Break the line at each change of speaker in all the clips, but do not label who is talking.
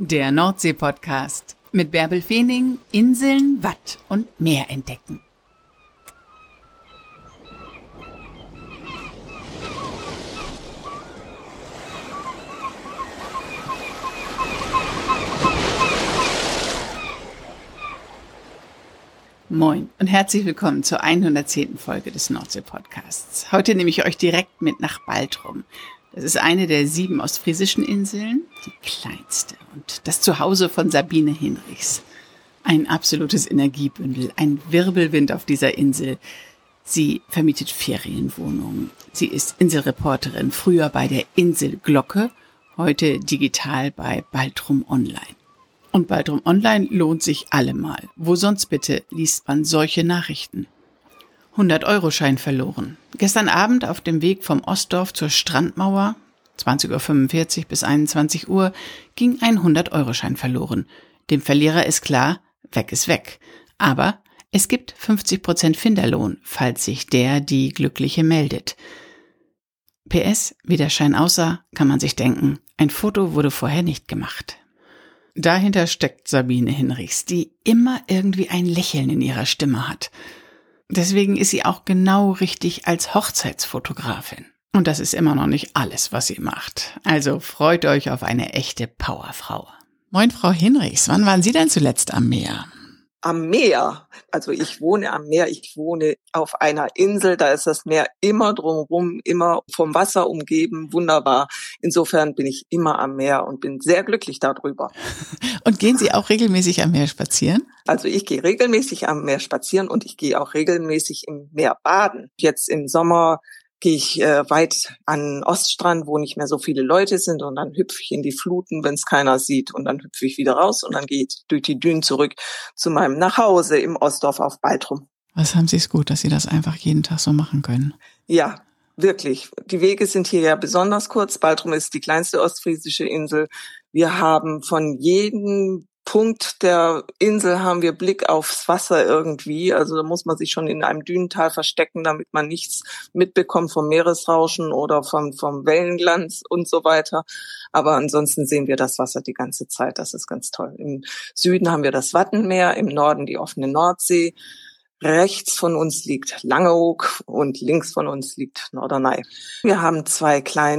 Der Nordsee-Podcast mit Bärbel Feening, Inseln, Watt und Meer entdecken. Moin und herzlich willkommen zur 110. Folge des Nordsee-Podcasts. Heute nehme ich euch direkt mit nach Baltrum. Das ist eine der 7 ostfriesischen Inseln, die kleinste und das Zuhause von Sabine Hinrichs. Ein absolutes Energiebündel, ein Wirbelwind auf dieser Insel. Sie vermietet Ferienwohnungen. Sie ist Inselreporterin, früher bei der Inselglocke, heute digital bei Baltrum Online. Und Baltrum Online lohnt sich allemal. Wo sonst bitte liest man solche Nachrichten? 100-Euro-Schein verloren. Gestern Abend auf dem Weg vom Ostdorf zur Strandmauer, 20.45 Uhr bis 21 Uhr, ging ein 100-Euro-Schein verloren. Dem Verlierer ist klar, weg ist weg. Aber es gibt 50% Finderlohn, falls sich die Glückliche meldet. PS, wie der Schein aussah, kann man sich denken, ein Foto wurde vorher nicht gemacht. Dahinter steckt Sabine Hinrichs, die immer irgendwie ein Lächeln in ihrer Stimme hat. Deswegen ist sie auch genau richtig als Hochzeitsfotografin. Und das ist immer noch nicht alles, was sie macht. Also freut euch auf eine echte Powerfrau. Moin, Frau Hinrichs, wann waren Sie denn zuletzt am Meer?
Am Meer. Also ich wohne am Meer, ich wohne auf einer Insel, da ist das Meer immer drumherum, immer vom Wasser umgeben, wunderbar. Insofern bin ich immer am Meer und bin sehr glücklich darüber.
Und gehen Sie auch regelmäßig am Meer spazieren?
Also ich gehe regelmäßig am Meer spazieren und ich gehe auch regelmäßig im Meer baden. Jetzt im Sommer gehe ich weit an den Oststrand, wo nicht mehr so viele Leute sind und dann hüpfe ich in die Fluten, wenn es keiner sieht und dann hüpfe ich wieder raus und dann gehe ich durch die Dünen zurück zu meinem Nachhause im Ostdorf auf Baltrum.
Was haben Sie es gut, dass Sie das einfach jeden Tag so machen können?
Ja, wirklich. Die Wege sind hier ja besonders kurz. Baltrum ist die kleinste ostfriesische Insel. Wir haben von jedem Punkt der Insel haben wir Blick aufs Wasser irgendwie. Also da muss man sich schon in einem Dünental verstecken, damit man nichts mitbekommt vom Meeresrauschen oder vom Wellenglanz und so weiter. Aber ansonsten sehen wir das Wasser die ganze Zeit. Das ist ganz toll. Im Süden haben wir das Wattenmeer, im Norden die offene Nordsee. Rechts von uns liegt Langeoog und links von uns liegt Norderney. Wir haben 3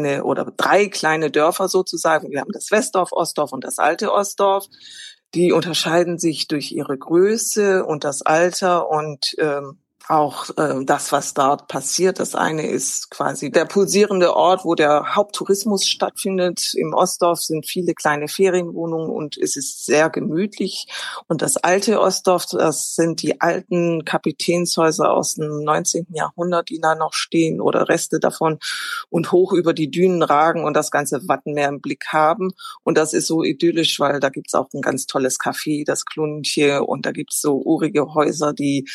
kleine Dörfer sozusagen. Wir haben das Westdorf, Ostdorf und das alte Ostdorf. Die unterscheiden sich durch ihre Größe und das Alter und auch das, was dort passiert. Das eine ist quasi der pulsierende Ort, wo der Haupttourismus stattfindet. Im Ostdorf sind viele kleine Ferienwohnungen und es ist sehr gemütlich. Und das alte Ostdorf, das sind die alten Kapitänshäuser aus dem 19. Jahrhundert, die da noch stehen oder Reste davon und hoch über die Dünen ragen und das ganze Wattenmeer im Blick haben. Und das ist so idyllisch, weil da gibt's auch ein ganz tolles Café, das Kluntje, und da gibt's so urige Häuser, die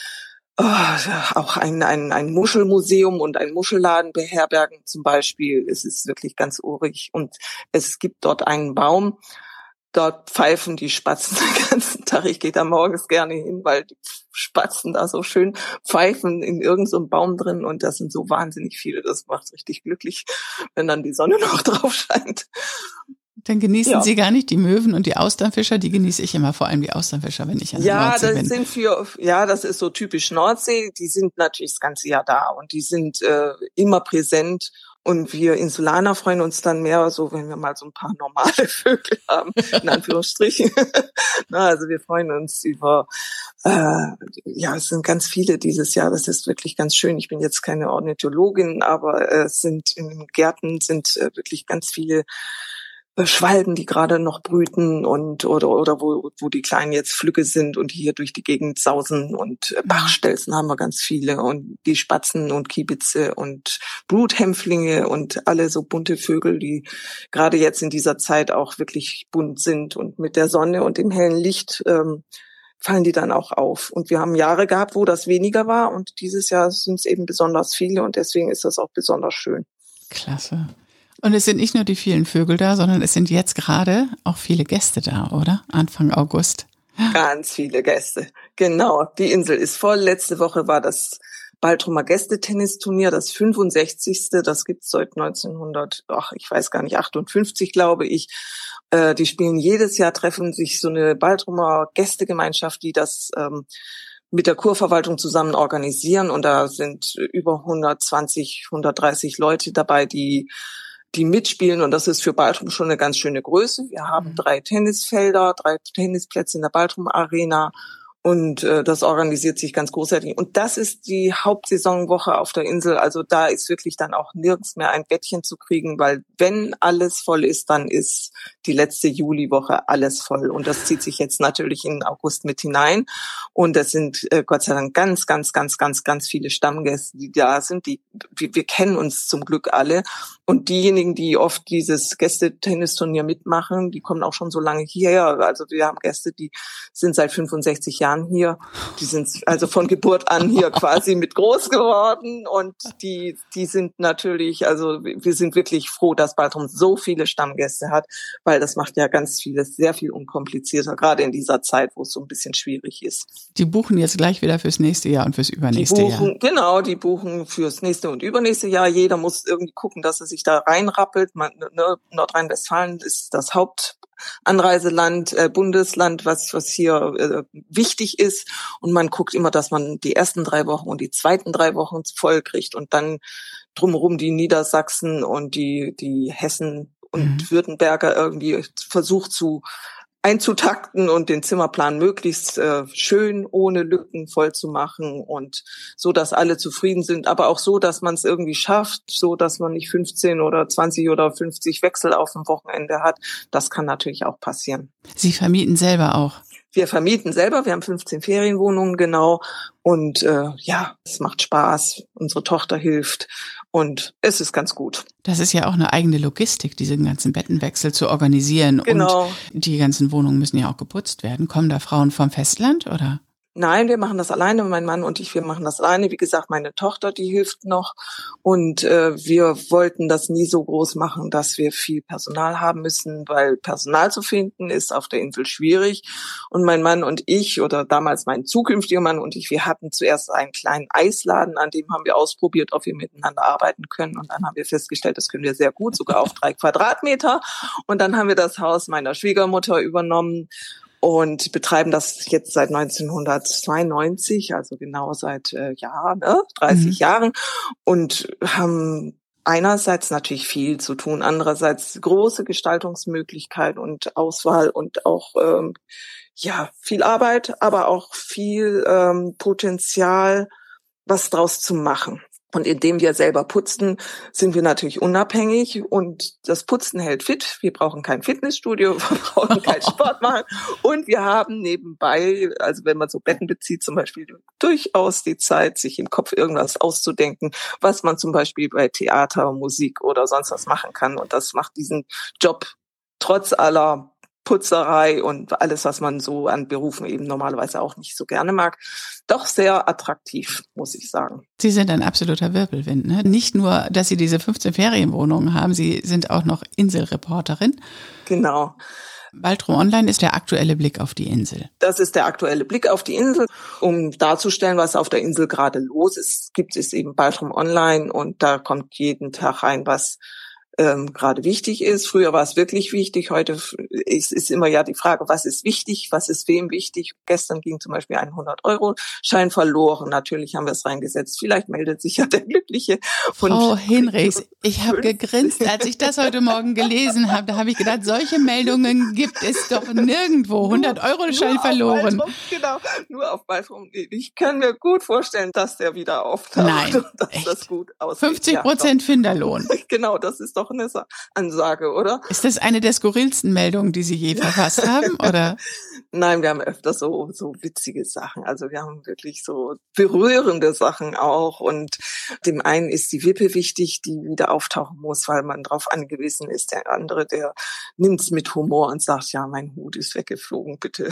auch ein Muschelmuseum und ein Muschelladen beherbergen zum Beispiel. Es ist wirklich ganz urig. Und es gibt dort einen Baum, dort pfeifen die Spatzen den ganzen Tag. Ich gehe da morgens gerne hin, weil die Spatzen da so schön pfeifen in irgend so einem Baum drin. Und das sind so wahnsinnig viele. Das macht richtig glücklich, wenn dann die Sonne noch drauf scheint.
Dann genießen Sie gar nicht die Möwen und die Austernfischer, die genieße ich immer, vor allem die Austernfischer, wenn ich an der Nordsee bin.
Das ist so typisch Nordsee, die sind natürlich das ganze Jahr da und die sind immer präsent und wir Insulaner freuen uns dann mehr so, wenn wir mal so ein paar normale Vögel haben, in Anführungsstrichen. Also wir freuen uns über, es sind ganz viele dieses Jahr, das ist wirklich ganz schön. Ich bin jetzt keine Ornithologin, aber es sind in den Gärten wirklich ganz viele Schwalben, die gerade noch brüten und oder wo die Kleinen jetzt Flügge sind und hier durch die Gegend sausen und Bachstelzen haben wir ganz viele und die Spatzen und Kiebitze und Bruthämpflinge und alle so bunte Vögel, die gerade jetzt in dieser Zeit auch wirklich bunt sind und mit der Sonne und dem hellen Licht fallen die dann auch auf. Und wir haben Jahre gehabt, wo das weniger war und dieses Jahr sind es eben besonders viele und deswegen ist das auch besonders schön.
Klasse. Und es sind nicht nur die vielen Vögel da, sondern es sind jetzt gerade auch viele Gäste da, oder? Anfang August.
Ganz viele Gäste. Genau. Die Insel ist voll. Letzte Woche war das Baltrumer Gästetennisturnier, das 65. Das gibt's seit 58, glaube ich. Die spielen jedes Jahr, treffen sich so eine Baltrumer Gästegemeinschaft, die das mit der Kurverwaltung zusammen organisieren. Und da sind über 120, 130 Leute dabei, die mitspielen. Und das ist für Baltrum schon eine ganz schöne Größe. Wir haben 3 Tennisfelder, 3 Tennisplätze in der Baltrum Arena. Und das organisiert sich ganz großartig. Und das ist die Hauptsaisonwoche auf der Insel. Also da ist wirklich dann auch nirgends mehr ein Bettchen zu kriegen, weil wenn alles voll ist, dann ist die letzte Juliwoche alles voll. Und das zieht sich jetzt natürlich in August mit hinein. Und es sind Gott sei Dank ganz, ganz, ganz, ganz, ganz viele Stammgäste, die da sind. Wir kennen uns zum Glück alle. Und diejenigen, die oft dieses Gästetennisturnier mitmachen, die kommen auch schon so lange hierher. Also wir haben Gäste, die sind seit 65 Jahren hier. Die sind also von Geburt an hier quasi mit groß geworden. Und die sind natürlich, also wir sind wirklich froh, dass Baltrum so viele Stammgäste hat, weil das macht ja ganz vieles sehr viel unkomplizierter, gerade in dieser Zeit, wo es so ein bisschen schwierig ist.
Die buchen jetzt gleich wieder fürs nächste Jahr und fürs übernächste Jahr.
Genau, die buchen fürs nächste und übernächste Jahr. Jeder muss irgendwie gucken, dass er sich da reinrappelt. Nordrhein-Westfalen ist das Hauptanreiseland, Bundesland, was hier wichtig ist. Und man guckt immer, dass man die ersten 3 Wochen und die zweiten 3 Wochen voll kriegt und dann drumherum die Niedersachsen und die Hessen und Württemberger irgendwie versucht einzutakten und den Zimmerplan möglichst schön ohne Lücken voll zu machen und so, dass alle zufrieden sind, aber auch so, dass man es irgendwie schafft, so, dass man nicht 15 oder 20 oder 50 Wechsel auf dem Wochenende hat. Das kann natürlich auch passieren.
Sie vermieten selber auch?
Wir vermieten selber, wir haben 15 Ferienwohnungen, genau. Und es macht Spaß, unsere Tochter hilft und es ist ganz gut.
Das ist ja auch eine eigene Logistik, diesen ganzen Bettenwechsel zu organisieren.
Genau.
Und die ganzen Wohnungen müssen ja auch geputzt werden. Kommen da Frauen vom Festland, oder?
Nein, wir machen das alleine, mein Mann und ich, wir machen das alleine. Wie gesagt, meine Tochter, die hilft noch. Und wir wollten das nie so groß machen, dass wir viel Personal haben müssen, weil Personal zu finden ist auf der Insel schwierig. Und mein Mann und ich, oder damals mein zukünftiger Mann und ich, wir hatten zuerst einen kleinen Eisladen, an dem haben wir ausprobiert, ob wir miteinander arbeiten können. Und dann haben wir festgestellt, das können wir sehr gut, sogar auf 3 Quadratmeter. Und dann haben wir das Haus meiner Schwiegermutter übernommen und betreiben das jetzt seit 1992, also genau seit 30 Jahren und haben einerseits natürlich viel zu tun, andererseits große Gestaltungsmöglichkeiten und Auswahl und auch viel Arbeit, aber auch viel Potenzial, was draus zu machen. Und indem wir selber putzen, sind wir natürlich unabhängig und das Putzen hält fit. Wir brauchen kein Fitnessstudio, wir brauchen keinen Sport machen und wir haben nebenbei, also wenn man so Betten bezieht zum Beispiel, durchaus die Zeit, sich im Kopf irgendwas auszudenken, was man zum Beispiel bei Theater, Musik oder sonst was machen kann. Und das macht diesen Job trotz aller Putzerei und alles, was man so an Berufen eben normalerweise auch nicht so gerne mag, doch sehr attraktiv, muss ich sagen.
Sie sind ein absoluter Wirbelwind, ne? Nicht nur, dass Sie diese 15 Ferienwohnungen haben, Sie sind auch noch Inselreporterin.
Genau.
Baltrum Online ist der aktuelle Blick auf die Insel.
Das ist der aktuelle Blick auf die Insel. Um darzustellen, was auf der Insel gerade los ist, gibt es eben Baltrum Online und da kommt jeden Tag rein, was gerade wichtig ist. Früher war es wirklich wichtig, heute ist immer ja die Frage, was ist wichtig, was ist wem wichtig. Gestern ging zum Beispiel ein 100-Euro-Schein verloren. Natürlich haben wir es reingesetzt. Vielleicht meldet sich ja der Glückliche.
Frau Hinrichs, ich habe gegrinst, als ich das heute Morgen gelesen habe. Da habe ich gedacht, solche Meldungen gibt es doch nirgendwo. 100-Euro-Schein verloren.
Genau, nur auf Baltrum. Ich kann mir gut vorstellen, dass der wieder auftaucht.
Nein,
und dass
echt?
das gut aussieht.
50% Finderlohn.
Genau, das ist doch eine Ansage, oder?
Ist das eine der skurrilsten Meldungen, die Sie je verfasst haben, oder?
Nein, wir haben öfter so witzige Sachen. Also wir haben wirklich so berührende Sachen auch. Und dem einen ist die Wippe wichtig, die wieder auftauchen muss, weil man darauf angewiesen ist. Der andere, der nimmt es mit Humor und sagt, ja, mein Hut ist weggeflogen, bitte.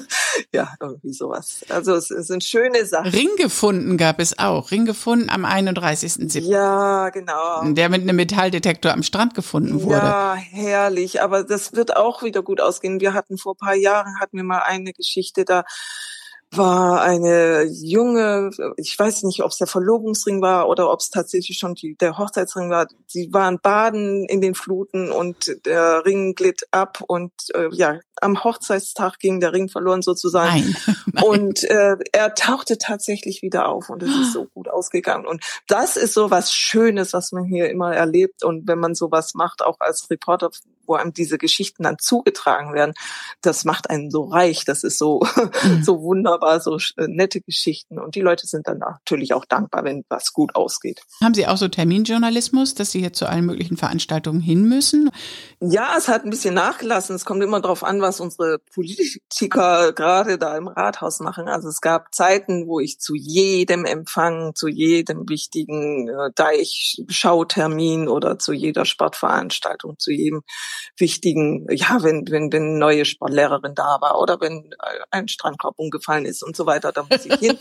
Ja, irgendwie sowas. Also es sind schöne Sachen.
Ring gefunden gab es auch. Ring gefunden am 31.07.
Ja, genau.
Der mit einem Metalldetektor am Strand gefunden wurde.
Ja, herrlich. Aber das wird auch wieder gut ausgehen. Wir hatten vor ein paar Jahren, hatten wir mal eine Geschichte, da war eine junge, ich weiß nicht, ob es der Verlobungsring war oder ob es tatsächlich schon der Hochzeitsring war. Sie waren baden in den Fluten und der Ring glitt ab und am Hochzeitstag ging der Ring verloren sozusagen.
Nein.
Und er tauchte tatsächlich wieder auf und es ist so gut ausgegangen. Und das ist so was Schönes, was man hier immer erlebt. Und wenn man sowas macht, auch als Reporter, wo einem diese Geschichten dann zugetragen werden, das macht einen so reich. Das ist so, so wunderbar, so nette Geschichten. Und die Leute sind dann natürlich auch dankbar, wenn was gut ausgeht.
Haben Sie auch so Terminjournalismus, dass Sie jetzt zu allen möglichen Veranstaltungen hin müssen?
Ja, es hat ein bisschen nachgelassen. Es kommt immer darauf an, was unsere Politiker gerade da im Rathaus machen. Also es gab Zeiten, wo ich zu jedem Empfang, zu jedem wichtigen Deichschautermin oder zu jeder Sportveranstaltung, zu jedem wichtigen, wenn eine neue Sportlehrerin da war oder wenn ein Strandkorb umgefallen ist und so weiter, da muss ich hin.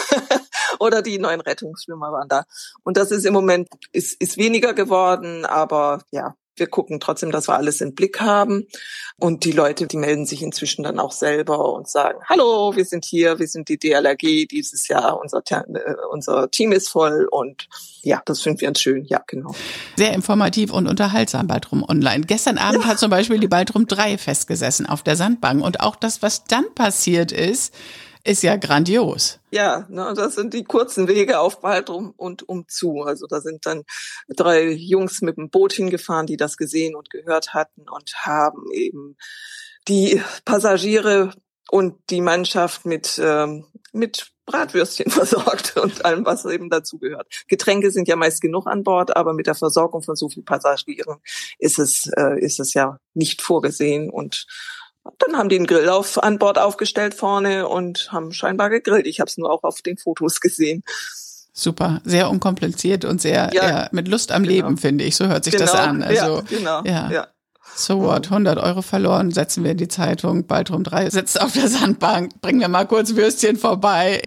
Oder die neuen Rettungsschwimmer waren da. Und das ist im Moment, ist weniger geworden, aber ja, wir gucken trotzdem, dass wir alles im Blick haben. Und die Leute, die melden sich inzwischen dann auch selber und sagen, hallo, wir sind hier, wir sind die DLRG dieses Jahr, unser Team ist voll. Und ja, das finden wir ganz schön, ja, genau.
Sehr informativ und unterhaltsam, Baltrum Online. Gestern Abend hat zum Beispiel die Baltrum 3 festgesessen auf der Sandbank. Und auch das, was dann passiert ist ja grandios.
Ja, das sind die kurzen Wege auf Baltrum und umzu. Also da sind dann 3 Jungs mit dem Boot hingefahren, die das gesehen und gehört hatten und haben eben die Passagiere und die Mannschaft mit Bratwürstchen versorgt und allem, was eben dazu gehört. Getränke sind ja meist genug an Bord, aber mit der Versorgung von so vielen Passagieren ist es ja nicht vorgesehen. Und dann haben die einen Grill an Bord aufgestellt vorne und haben scheinbar gegrillt. Ich habe es nur auch auf den Fotos gesehen.
Super, sehr unkompliziert und sehr mit Lust am Leben, finde ich. So hört sich das an. Also, ja. So what, 100 € verloren, setzen wir in die Zeitung. Baltrum 3 sitzt auf der Sandbank, bringen wir mal kurz Würstchen vorbei.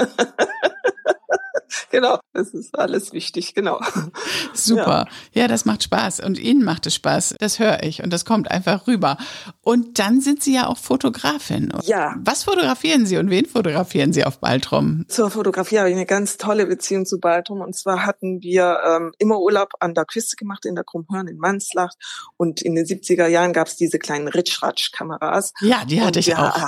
Genau, das ist alles wichtig, genau.
Super. Ja, das macht Spaß und Ihnen macht es Spaß. Das höre ich und das kommt einfach rüber. Und dann sind Sie ja auch Fotografin.
Ja.
Was fotografieren Sie und wen fotografieren Sie auf Baltrum?
Zur Fotografie habe ich eine ganz tolle Beziehung zu Baltrum. Und zwar hatten wir immer Urlaub an der Küste gemacht, in der Krummhörn, in Manslach. Und in den 70er Jahren gab es diese kleinen Ritschratsch-Kameras.
Ja, die hatte ich auch.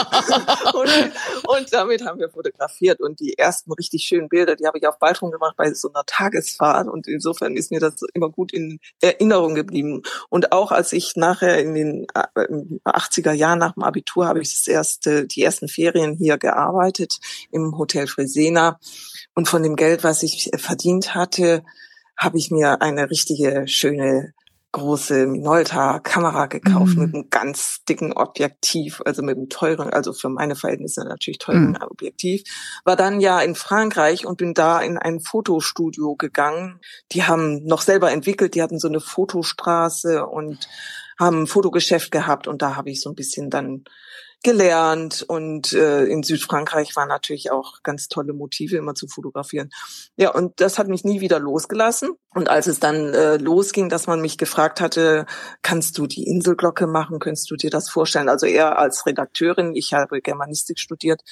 und damit haben wir fotografiert. Und die ersten richtig schönen Bilder, die habe ich auf Baltrum gemacht bei so einer Tagesfahrt. Und insofern ist mir das immer gut in Erinnerung geblieben. Und auch als ich nachher in den 80er Jahren nach dem Abitur habe ich die ersten Ferien hier gearbeitet im Hotel Fresena. Und von dem Geld, was ich verdient hatte, habe ich mir eine richtige schöne große Minolta-Kamera gekauft mit einem ganz dicken Objektiv, also mit einem teuren, also für meine Verhältnisse natürlich teuren Objektiv. War dann ja in Frankreich und bin da in ein Fotostudio gegangen. Die haben noch selber entwickelt, die hatten so eine Fotostraße und haben ein Fotogeschäft gehabt und da habe ich so ein bisschen dann gelernt und in Südfrankreich waren natürlich auch ganz tolle Motive immer zu fotografieren. Ja, und das hat mich nie wieder losgelassen. Und als es dann losging, dass man mich gefragt hatte, kannst du die Inselglocke machen, könntest du dir das vorstellen? Also eher als Redakteurin, ich habe Germanistik studiert,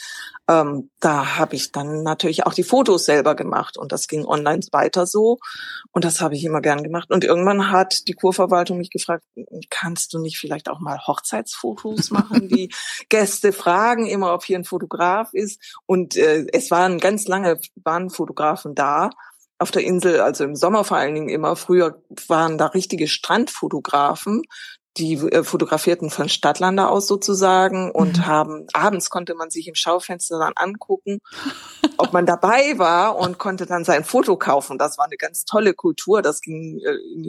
da habe ich dann natürlich auch die Fotos selber gemacht und das ging online weiter so und das habe ich immer gern gemacht. Und irgendwann hat die Kurverwaltung mich gefragt, kannst du nicht vielleicht auch mal Hochzeitsfotos machen? Die Gäste fragen immer, ob hier ein Fotograf ist. Und es waren ganz lange Fotografen da auf der Insel, also im Sommer vor allen Dingen immer. Früher waren da richtige Strandfotografen, die fotografierten von Stadtlander aus sozusagen und abends konnte man sich im Schaufenster dann angucken, ob man dabei war und konnte dann sein Foto kaufen. Das war eine ganz tolle Kultur. Das ging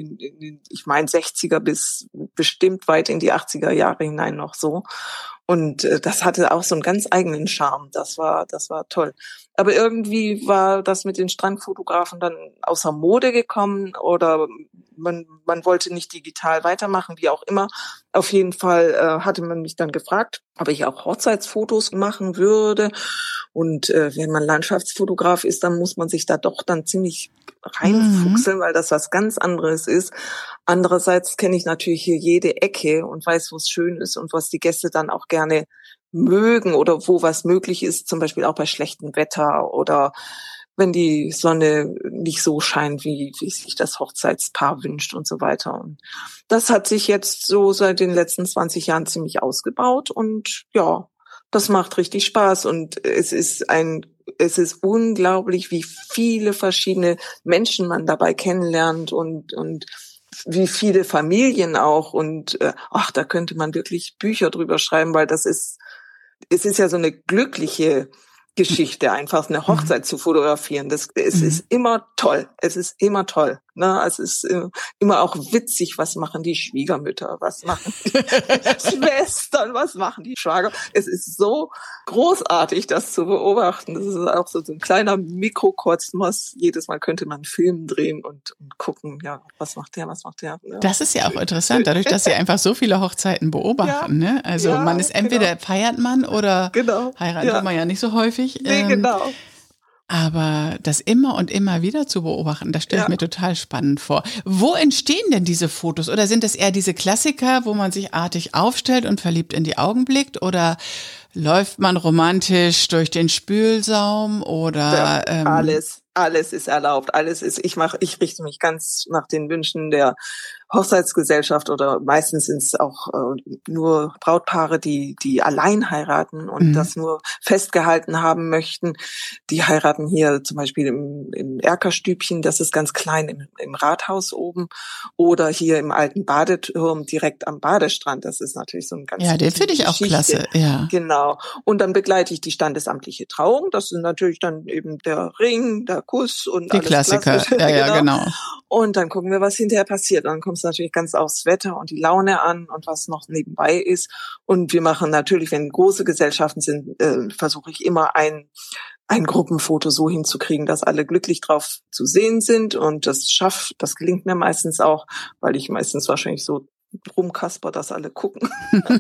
ich meine 60er bis bestimmt weit in die 80er Jahre hinein noch so. Und das hatte auch so einen ganz eigenen Charme. Das war toll. Aber irgendwie war das mit den Strandfotografen dann außer Mode gekommen oder man wollte nicht digital weitermachen, wie auch immer. Auf jeden Fall hatte man mich dann gefragt, ob ich auch Hochzeitsfotos machen würde. Und wenn man Landschaftsfotograf ist, dann muss man sich da doch dann ziemlich reinfuchseln, weil das was ganz anderes ist. Andererseits kenne ich natürlich hier jede Ecke und weiß, wo es schön ist und was die Gäste dann auch gerne mögen oder wo was möglich ist, zum Beispiel auch bei schlechtem Wetter oder wenn die Sonne nicht so scheint, wie sich das Hochzeitspaar wünscht und so weiter. Und das hat sich jetzt so seit den letzten 20 Jahren ziemlich ausgebaut und ja, das macht richtig Spaß und es ist unglaublich, wie viele verschiedene Menschen man dabei kennenlernt und wie viele Familien auch und da könnte man wirklich Bücher drüber schreiben, weil es ist ja so eine glückliche Geschichte, einfach eine Hochzeit zu fotografieren. Es ist immer toll. Es ist immer toll. Ne? Es ist immer auch witzig, was machen die Schwiegermütter, was machen die Schwestern, was machen die Schwager. Es ist so großartig, das zu beobachten. Das ist auch so ein kleiner Mikrokosmos. Jedes Mal könnte man einen Film drehen und gucken, ja, was macht der. Ja.
Das ist ja auch interessant, dadurch, dass Sie einfach so viele Hochzeiten beobachten. Ja, ne? Also man ist entweder feiert man oder heiratet tut man ja nicht so häufig.
Nee, genau.
Aber das immer und immer wieder zu beobachten, das stelle ich mir total spannend vor. Wo entstehen denn diese Fotos? Oder sind es eher diese Klassiker, wo man sich artig aufstellt und verliebt in die Augen blickt? Oder läuft man romantisch durch den Spülsaum? Oder
alles ist erlaubt. Ich richte mich ganz nach den Wünschen der Hochzeitsgesellschaft oder meistens sind es auch nur Brautpaare, die allein heiraten und das nur festgehalten haben möchten. Die heiraten hier zum Beispiel im Erkerstübchen, das ist ganz klein im Rathaus oben oder hier im alten Badeturm direkt am Badestrand. Das ist natürlich so ein ganz
den finde ich auch klasse. Ja.
Genau. Und dann begleite ich die standesamtliche Trauung. Das sind natürlich dann eben der Ring, der Kuss und
die
alles
Klassiker.
Klassische.
Ja, genau.
Und dann gucken wir, was hinterher passiert. Dann kommt es natürlich ganz aufs Wetter und die Laune an und was noch nebenbei ist. Und wir machen natürlich, wenn große Gesellschaften sind, versuche ich immer ein Gruppenfoto so hinzukriegen, dass alle glücklich drauf zu sehen sind. Und das gelingt mir meistens auch, weil ich meistens wahrscheinlich so rumkasper, dass alle gucken.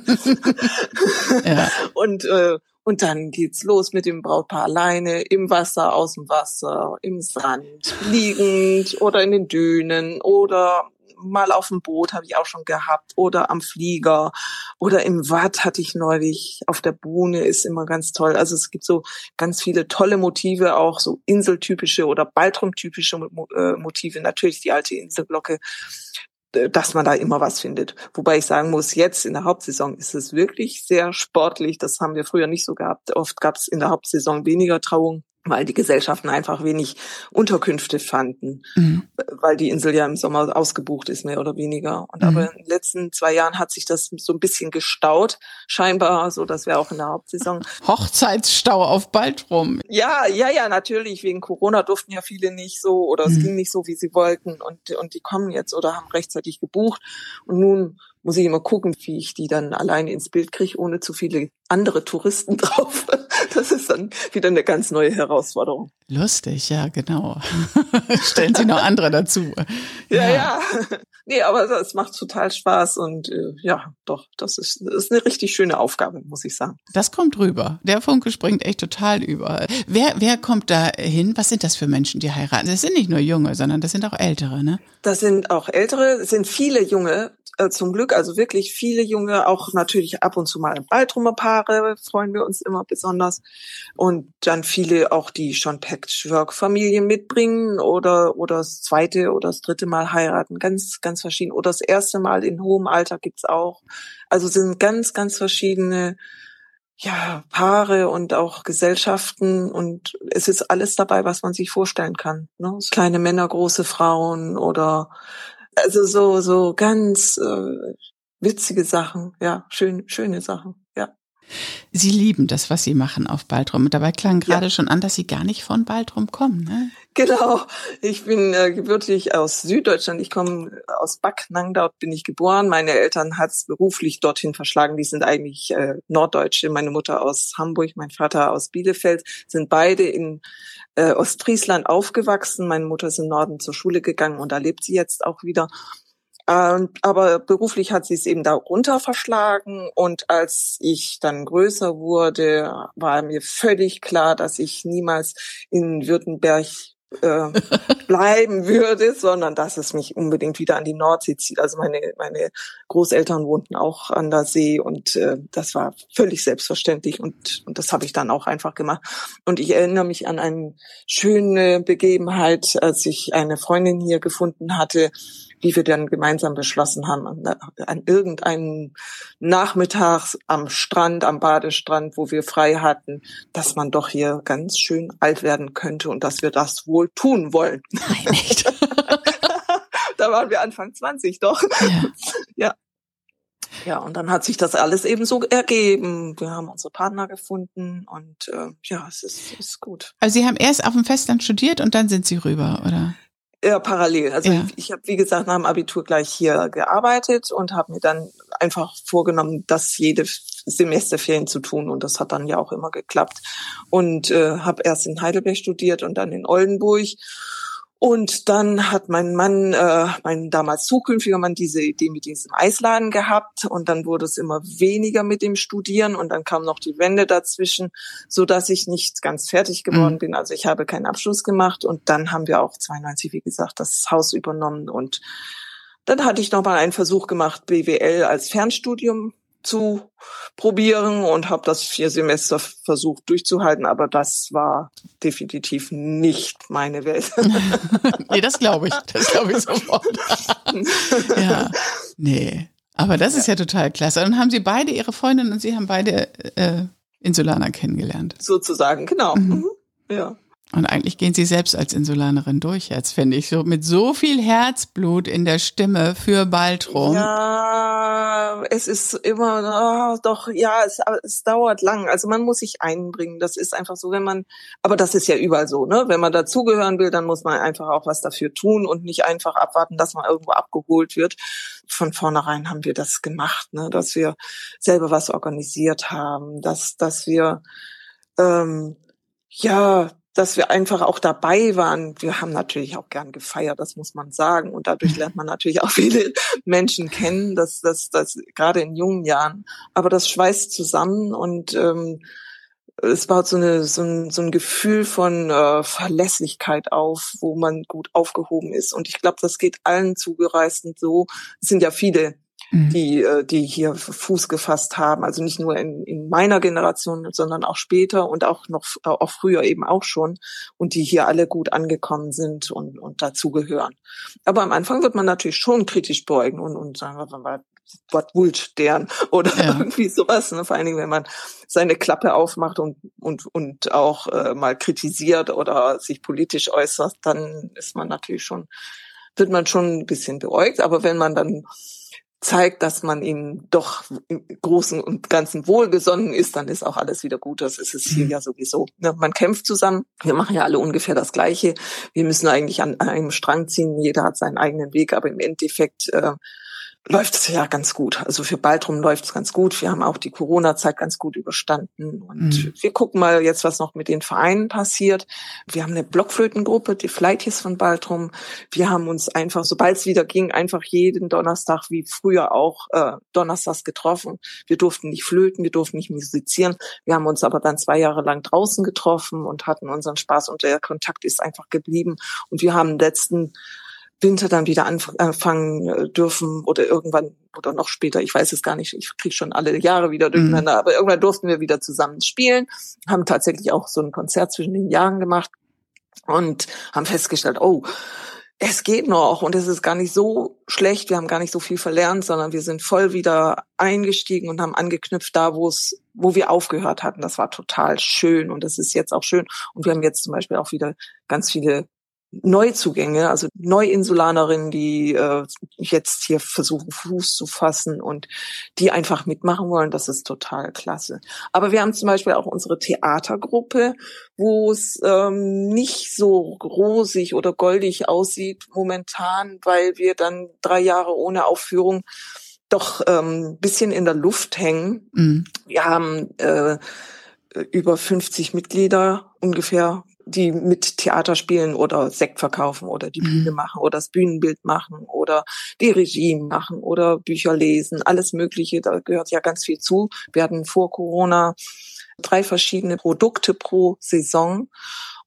Ja.
Und dann geht's los mit dem Brautpaar alleine, im Wasser, aus dem Wasser, im Sand, liegend oder in den Dünen oder mal auf dem Boot habe ich auch schon gehabt oder am Flieger oder im Watt hatte ich neulich, auf der Buhne ist immer ganz toll. Also es gibt so ganz viele tolle Motive, auch so inseltypische oder Baltrum-typische Motive. Natürlich die alte Inselglocke, dass man da immer was findet. Wobei ich sagen muss, jetzt in der Hauptsaison ist es wirklich sehr sportlich. Das haben wir früher nicht so gehabt. Oft gab es in der Hauptsaison weniger Trauungen, weil die Gesellschaften einfach wenig Unterkünfte fanden, weil die Insel ja im Sommer ausgebucht ist, mehr oder weniger. Und aber in den letzten 2 Jahren hat sich das so ein bisschen gestaut, scheinbar, so dass wir auch in der Hauptsaison
Hochzeitsstau auf Baltrum.
Ja, natürlich. Wegen Corona durften ja viele nicht so oder es ging nicht so, wie sie wollten und die kommen jetzt oder haben rechtzeitig gebucht. Und nun muss ich immer gucken, wie ich die dann alleine ins Bild kriege, ohne zu viele andere Touristen drauf. Das ist dann wieder eine ganz neue Herausforderung.
Lustig, ja, genau. Stellen Sie noch andere dazu.
Ja. Nee, aber das macht total Spaß und das ist eine richtig schöne Aufgabe, muss ich sagen.
Das kommt rüber. Der Funke springt echt total über. Wer kommt da hin? Was sind das für Menschen, die heiraten? Das sind nicht nur Junge, sondern das sind auch Ältere, ne?
Das sind auch Ältere, es sind viele Junge, zum Glück, also wirklich viele Junge, auch natürlich ab und zu mal Baltrumer Paare, freuen wir uns immer besonders. Und dann viele auch, die schon Patchwork-Familien mitbringen oder das zweite oder das dritte Mal heiraten, ganz, ganz verschieden. Oder das erste Mal in hohem Alter gibt's auch. Also sind ganz, ganz verschiedene Paare und auch Gesellschaften und es ist alles dabei, was man sich vorstellen kann. Ne? Kleine Männer, große Frauen oder also so ganz witzige Sachen, schöne Sachen, ja.
Sie lieben das, was Sie machen auf Baltrum. Und dabei klang gerade schon an, dass Sie gar nicht von Baltrum kommen, ne?
Genau. Ich bin gebürtig aus Süddeutschland. Ich komme aus Backnang, dort bin ich geboren. Meine Eltern hat's beruflich dorthin verschlagen. Die sind eigentlich Norddeutsche. Meine Mutter aus Hamburg, mein Vater aus Bielefeld, sind beide in Ostfriesland aufgewachsen. Meine Mutter ist im Norden zur Schule gegangen und da lebt sie jetzt auch wieder. Aber beruflich hat sie es eben da runter verschlagen und als ich dann größer wurde, war mir völlig klar, dass ich niemals in Württemberg bleiben würde, sondern dass es mich unbedingt wieder an die Nordsee zieht. Also meine Großeltern wohnten auch an der See und das war völlig selbstverständlich und das habe ich dann auch einfach gemacht. Und ich erinnere mich an eine schöne Begebenheit, als ich eine Freundin hier gefunden hatte, wie wir dann gemeinsam beschlossen haben, an irgendeinem Nachmittag am Strand, am Badestrand, wo wir frei hatten, dass man doch hier ganz schön alt werden könnte und dass wir das wohl tun wollen.
Nein, nicht.
Da waren wir Anfang 20 doch. Ja. Ja, und dann hat sich das alles eben so ergeben. Wir haben unsere Partner gefunden und es ist gut.
Also Sie haben erst auf dem Festland studiert und dann sind Sie rüber, oder?
Ja, parallel. Also ich habe, wie gesagt, nach dem Abitur gleich hier gearbeitet und habe mir dann einfach vorgenommen, das jede Semesterferien zu tun. Und das hat dann ja auch immer geklappt. Und habe erst in Heidelberg studiert und dann in Oldenburg. Und dann hat mein Mann, mein damals zukünftiger Mann, diese Idee mit diesem Eisladen gehabt. Und dann wurde es immer weniger mit dem Studieren. Und dann kam noch die Wende dazwischen, so dass ich nicht ganz fertig geworden bin. Also ich habe keinen Abschluss gemacht. Und dann haben wir auch 92, wie gesagt, das Haus übernommen. Und dann hatte ich noch mal einen Versuch gemacht, BWL als Fernstudium zu probieren und habe das 4 Semester versucht durchzuhalten, aber das war definitiv nicht meine Welt.
Nee, das glaube ich sofort. Ja, nee, aber das ist ja total klasse. Und dann haben Sie beide, Ihre Freundin und Sie haben beide Insulaner kennengelernt.
Sozusagen, genau. Ja.
Und eigentlich gehen Sie selbst als Insulanerin durch jetzt, finde ich, so mit so viel Herzblut in der Stimme für Baltrum.
Ja, es ist immer, es dauert lang. Also man muss sich einbringen. Das ist einfach so, aber das ist ja überall so, ne? Wenn man dazugehören will, dann muss man einfach auch was dafür tun und nicht einfach abwarten, dass man irgendwo abgeholt wird. Von vornherein haben wir das gemacht, ne? Dass wir selber was organisiert haben, dass wir, dass wir einfach auch dabei waren. Wir haben natürlich auch gern gefeiert, das muss man sagen. Und dadurch lernt man natürlich auch viele Menschen kennen, das gerade in jungen Jahren. Aber das schweißt zusammen und es baut so ein Gefühl von Verlässlichkeit auf, wo man gut aufgehoben ist. Und ich glaube, das geht allen Zugereisten so. Es sind ja viele, die hier Fuß gefasst haben, also nicht nur in meiner Generation, sondern auch später und auch früher eben auch schon und die hier alle gut angekommen sind und dazugehören. Aber am Anfang wird man natürlich schon kritisch beugen und sagen, was wollt deren oder irgendwie sowas, ne? Vor allen Dingen, wenn man seine Klappe aufmacht und auch mal kritisiert oder sich politisch äußert, dann wird man schon ein bisschen beäugt, aber wenn man dann zeigt, dass man ihnen doch im Großen und Ganzen wohlgesonnen ist, dann ist auch alles wieder gut. Das ist es hier ja sowieso. Man kämpft zusammen. Wir machen ja alle ungefähr das Gleiche. Wir müssen eigentlich an einem Strang ziehen. Jeder hat seinen eigenen Weg, aber im Endeffekt läuft es ja ganz gut. Also für Baltrum läuft es ganz gut. Wir haben auch die Corona-Zeit ganz gut überstanden. Und wir gucken mal jetzt, was noch mit den Vereinen passiert. Wir haben eine Blockflötengruppe, die Flighties von Baltrum. Wir haben uns einfach, sobald es wieder ging, einfach jeden Donnerstag, wie früher auch, donnerstags getroffen. Wir durften nicht flöten, wir durften nicht musizieren. Wir haben uns aber dann 2 Jahre lang draußen getroffen und hatten unseren Spaß und der Kontakt ist einfach geblieben. Und wir haben letzten Winter dann wieder anfangen dürfen oder irgendwann oder noch später, ich weiß es gar nicht, ich kriege schon alle Jahre wieder durcheinander, aber irgendwann durften wir wieder zusammen spielen, haben tatsächlich auch so ein Konzert zwischen den Jahren gemacht und haben festgestellt, es geht noch und es ist gar nicht so schlecht, wir haben gar nicht so viel verlernt, sondern wir sind voll wieder eingestiegen und haben angeknüpft da, wo wir aufgehört hatten. Das war total schön und das ist jetzt auch schön und wir haben jetzt zum Beispiel auch wieder ganz viele Neuzugänge, also Neuinsulanerinnen, die jetzt hier versuchen, Fuß zu fassen und die einfach mitmachen wollen. Das ist total klasse. Aber wir haben zum Beispiel auch unsere Theatergruppe, wo es nicht so rosig oder goldig aussieht momentan, weil wir dann 3 Jahre ohne Aufführung doch bisschen in der Luft hängen. Wir haben über 50 Mitglieder ungefähr, die mit Theater spielen oder Sekt verkaufen oder die Bühne machen oder das Bühnenbild machen oder die Regie machen oder Bücher lesen, alles Mögliche, da gehört ja ganz viel zu. Wir hatten vor Corona 3 verschiedene Produkte pro Saison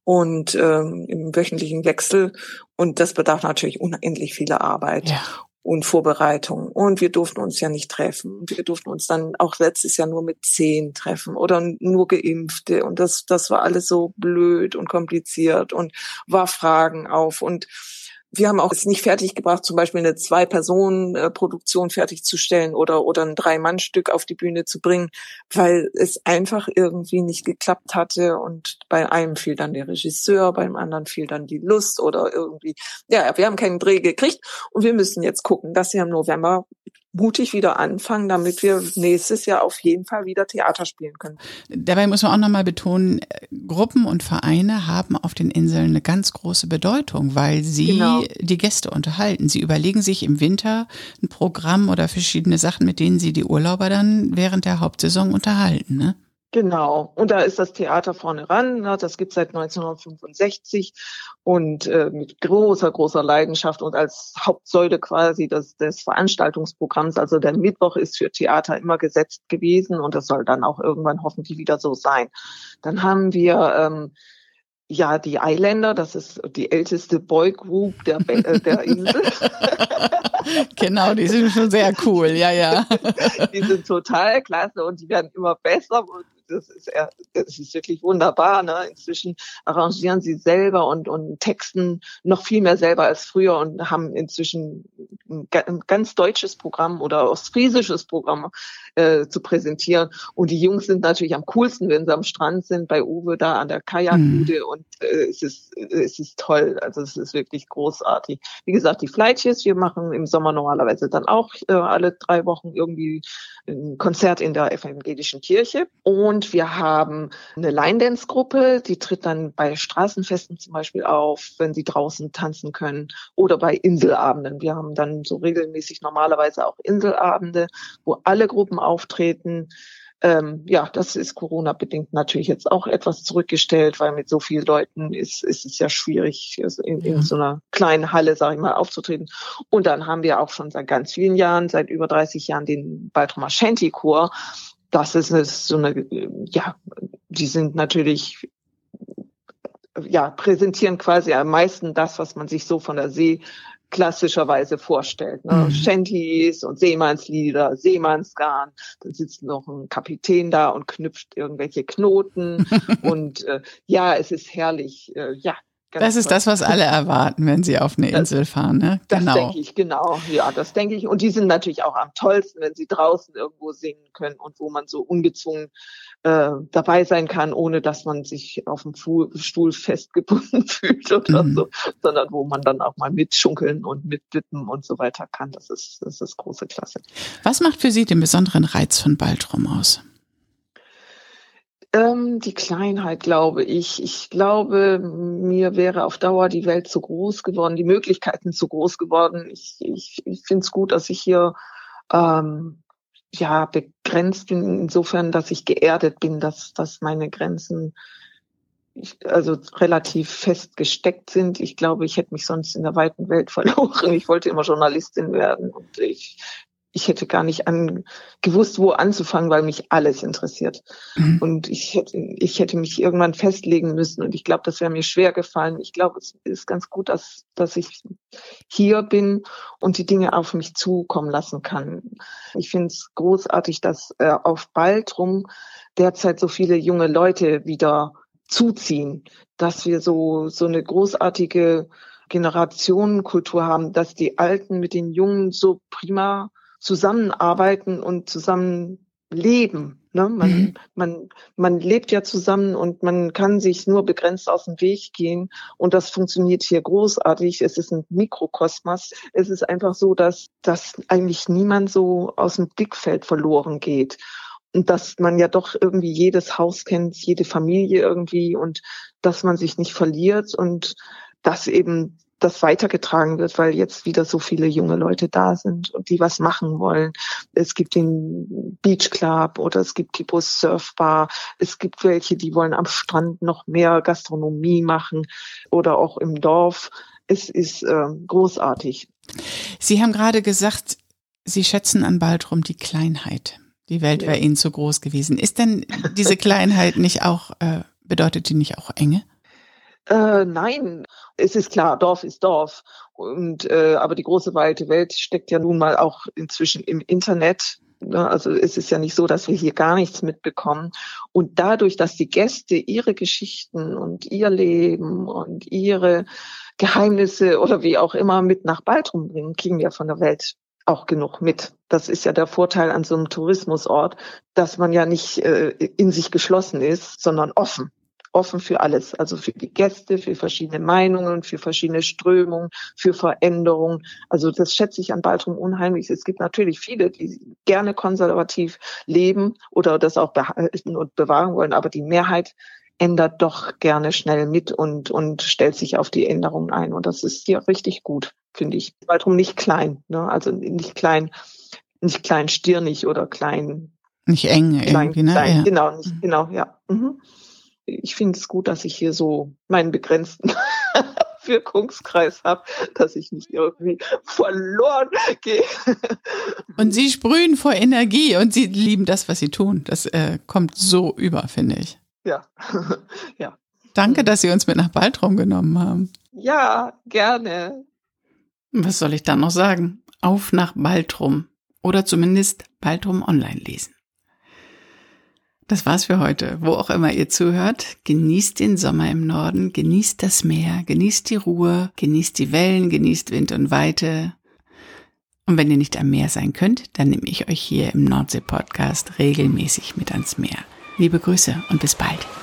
und im wöchentlichen Wechsel. Und das bedarf natürlich unendlich viele Arbeit. Ja. Und Vorbereitung. Und wir durften uns ja nicht treffen. Wir durften uns dann auch letztes Jahr nur mit 10 treffen oder nur Geimpfte. Und das war alles so blöd und kompliziert und war Fragen auf. Und wir haben auch es nicht fertiggebracht, zum Beispiel eine 2-Personen-Produktion fertigzustellen oder ein 3-Mann-Stück auf die Bühne zu bringen, weil es einfach irgendwie nicht geklappt hatte. Und bei einem fiel dann der Regisseur, beim anderen fiel dann die Lust oder irgendwie. Ja, wir haben keinen Dreh gekriegt und wir müssen jetzt gucken, dass wir im November mutig wieder anfangen, damit wir nächstes Jahr auf jeden Fall wieder Theater spielen können.
Dabei muss man auch nochmal betonen, Gruppen und Vereine haben auf den Inseln eine ganz große Bedeutung, weil sie die Gäste unterhalten. Sie überlegen sich im Winter ein Programm oder verschiedene Sachen, mit denen sie die Urlauber dann während der Hauptsaison unterhalten, ne?
Genau. Und da ist das Theater vorne ran. Das gibt's seit 1965 und mit großer Leidenschaft und als Hauptsäule quasi des Veranstaltungsprogramms. Also der Mittwoch ist für Theater immer gesetzt gewesen und das soll dann auch irgendwann hoffentlich wieder so sein. Dann haben wir die Islander, das ist die älteste Boygroup der Insel.
Genau, die sind schon sehr cool, ja.
Die sind total klasse und die werden immer besser. Das ist wirklich wunderbar, ne? Inzwischen arrangieren sie selber und texten noch viel mehr selber als früher und haben inzwischen ein ganz deutsches Programm oder ostfriesisches Programm zu präsentieren. Und die Jungs sind natürlich am coolsten, wenn sie am Strand sind, bei Uwe da an der Kajakbude und es ist toll. Also es ist wirklich großartig. Wie gesagt, die Fleitjes, wir machen im Sommer normalerweise dann auch alle 3 Wochen irgendwie ein Konzert in der evangelischen Kirche. Und wir haben eine Line-Dance-Gruppe, die tritt dann bei Straßenfesten zum Beispiel auf, wenn sie draußen tanzen können oder bei Inselabenden. Wir haben dann so regelmäßig normalerweise auch Inselabende, wo alle Gruppen auftreten. Das ist Corona-bedingt natürlich jetzt auch etwas zurückgestellt, weil mit so vielen Leuten ist es ja schwierig, in so einer kleinen Halle, sage ich mal, aufzutreten. Und dann haben wir auch schon seit ganz vielen Jahren, seit über 30 Jahren, den Baltrumer Shanty-Chor. Das ist so eine, die sind natürlich, präsentieren quasi am meisten das, was man sich so von der See klassischerweise vorstellt. Ne? Shantys und Seemannslieder, Seemannsgarn. Dann sitzt noch ein Kapitän da und knüpft irgendwelche Knoten. Und es ist herrlich.
Das ist das, was alle erwarten, wenn sie auf eine Insel fahren, ne?
Genau. Das denke ich, genau. Ja, das denke ich. Und die sind natürlich auch am tollsten, wenn sie draußen irgendwo singen können und wo man so ungezwungen dabei sein kann, ohne dass man sich auf dem Stuhl festgebunden fühlt oder so, sondern wo man dann auch mal mitschunkeln und mitwippen und so weiter kann. Das ist große Klasse.
Was macht für Sie den besonderen Reiz von Baltrum aus?
Die Kleinheit, glaube ich. Ich glaube, mir wäre auf Dauer die Welt zu groß geworden, die Möglichkeiten zu groß geworden. Ich finde es gut, dass ich hier begrenzt bin, insofern, dass ich geerdet bin, dass meine Grenzen also relativ fest gesteckt sind. Ich glaube, ich hätte mich sonst in der weiten Welt verloren. Ich wollte immer Journalistin werden und ich hätte gar nicht gewusst, wo anzufangen, weil mich alles interessiert. Und ich hätte mich irgendwann festlegen müssen und ich glaube, das wäre mir schwer gefallen. Ich glaube, es ist ganz gut, dass ich hier bin und die Dinge auf mich zukommen lassen kann. Ich finde es großartig, dass auf Baltrum derzeit so viele junge Leute wieder zuziehen, dass wir so eine großartige Generationenkultur haben, dass die Alten mit den Jungen so prima zusammenarbeiten und zusammen leben. Ne? Man lebt ja zusammen und man kann sich nur begrenzt aus dem Weg gehen und das funktioniert hier großartig. Es ist ein Mikrokosmos. Es ist einfach so, dass eigentlich niemand so aus dem Blickfeld verloren geht. Und dass man ja doch irgendwie jedes Haus kennt, jede Familie irgendwie und dass man sich nicht verliert und dass eben das weitergetragen wird, weil jetzt wieder so viele junge Leute da sind und die was machen wollen. Es gibt den Beach Club oder es gibt die Bus Surfbar. Es gibt welche, die wollen am Strand noch mehr Gastronomie machen oder auch im Dorf. Es ist großartig.
Sie haben gerade gesagt, Sie schätzen an Baltrum die Kleinheit. Die Welt wäre Ihnen zu groß gewesen. Ist denn diese Kleinheit nicht auch, bedeutet die nicht auch Enge?
Nein, es ist klar, Dorf ist Dorf. Aber die große weite Welt steckt ja nun mal auch inzwischen im Internet. Ne? Also es ist ja nicht so, dass wir hier gar nichts mitbekommen. Und dadurch, dass die Gäste ihre Geschichten und ihr Leben und ihre Geheimnisse oder wie auch immer mit nach Baltrum bringen, kriegen wir von der Welt auch genug mit. Das ist ja der Vorteil an so einem Tourismusort, dass man ja nicht in sich geschlossen ist, sondern offen für alles, also für die Gäste, für verschiedene Meinungen, für verschiedene Strömungen, für Veränderungen. Also das schätze ich an Baltrum unheimlich. Es gibt natürlich viele, die gerne konservativ leben oder das auch behalten und bewahren wollen, aber die Mehrheit ändert doch gerne schnell mit und stellt sich auf die Änderungen ein. Und das ist ja richtig gut, finde ich. Baltrum nicht klein, ne? Also nicht kleinstirnig oder klein.
Nicht eng irgendwie, ne?
Klein.
Ja.
Genau, ja. Mhm. Ich finde es gut, dass ich hier so meinen begrenzten Wirkungskreis habe, dass ich nicht irgendwie verloren gehe.
Und Sie sprühen vor Energie und Sie lieben das, was Sie tun. Das kommt so über, finde ich.
Ja, ja.
Danke, dass Sie uns mit nach Baltrum genommen haben.
Ja, gerne.
Was soll ich dann noch sagen? Auf nach Baltrum oder zumindest Baltrum online lesen. Das war's für heute. Wo auch immer ihr zuhört, genießt den Sommer im Norden, genießt das Meer, genießt die Ruhe, genießt die Wellen, genießt Wind und Weite. Und wenn ihr nicht am Meer sein könnt, dann nehme ich euch hier im Nordsee-Podcast regelmäßig mit ans Meer. Liebe Grüße und bis bald.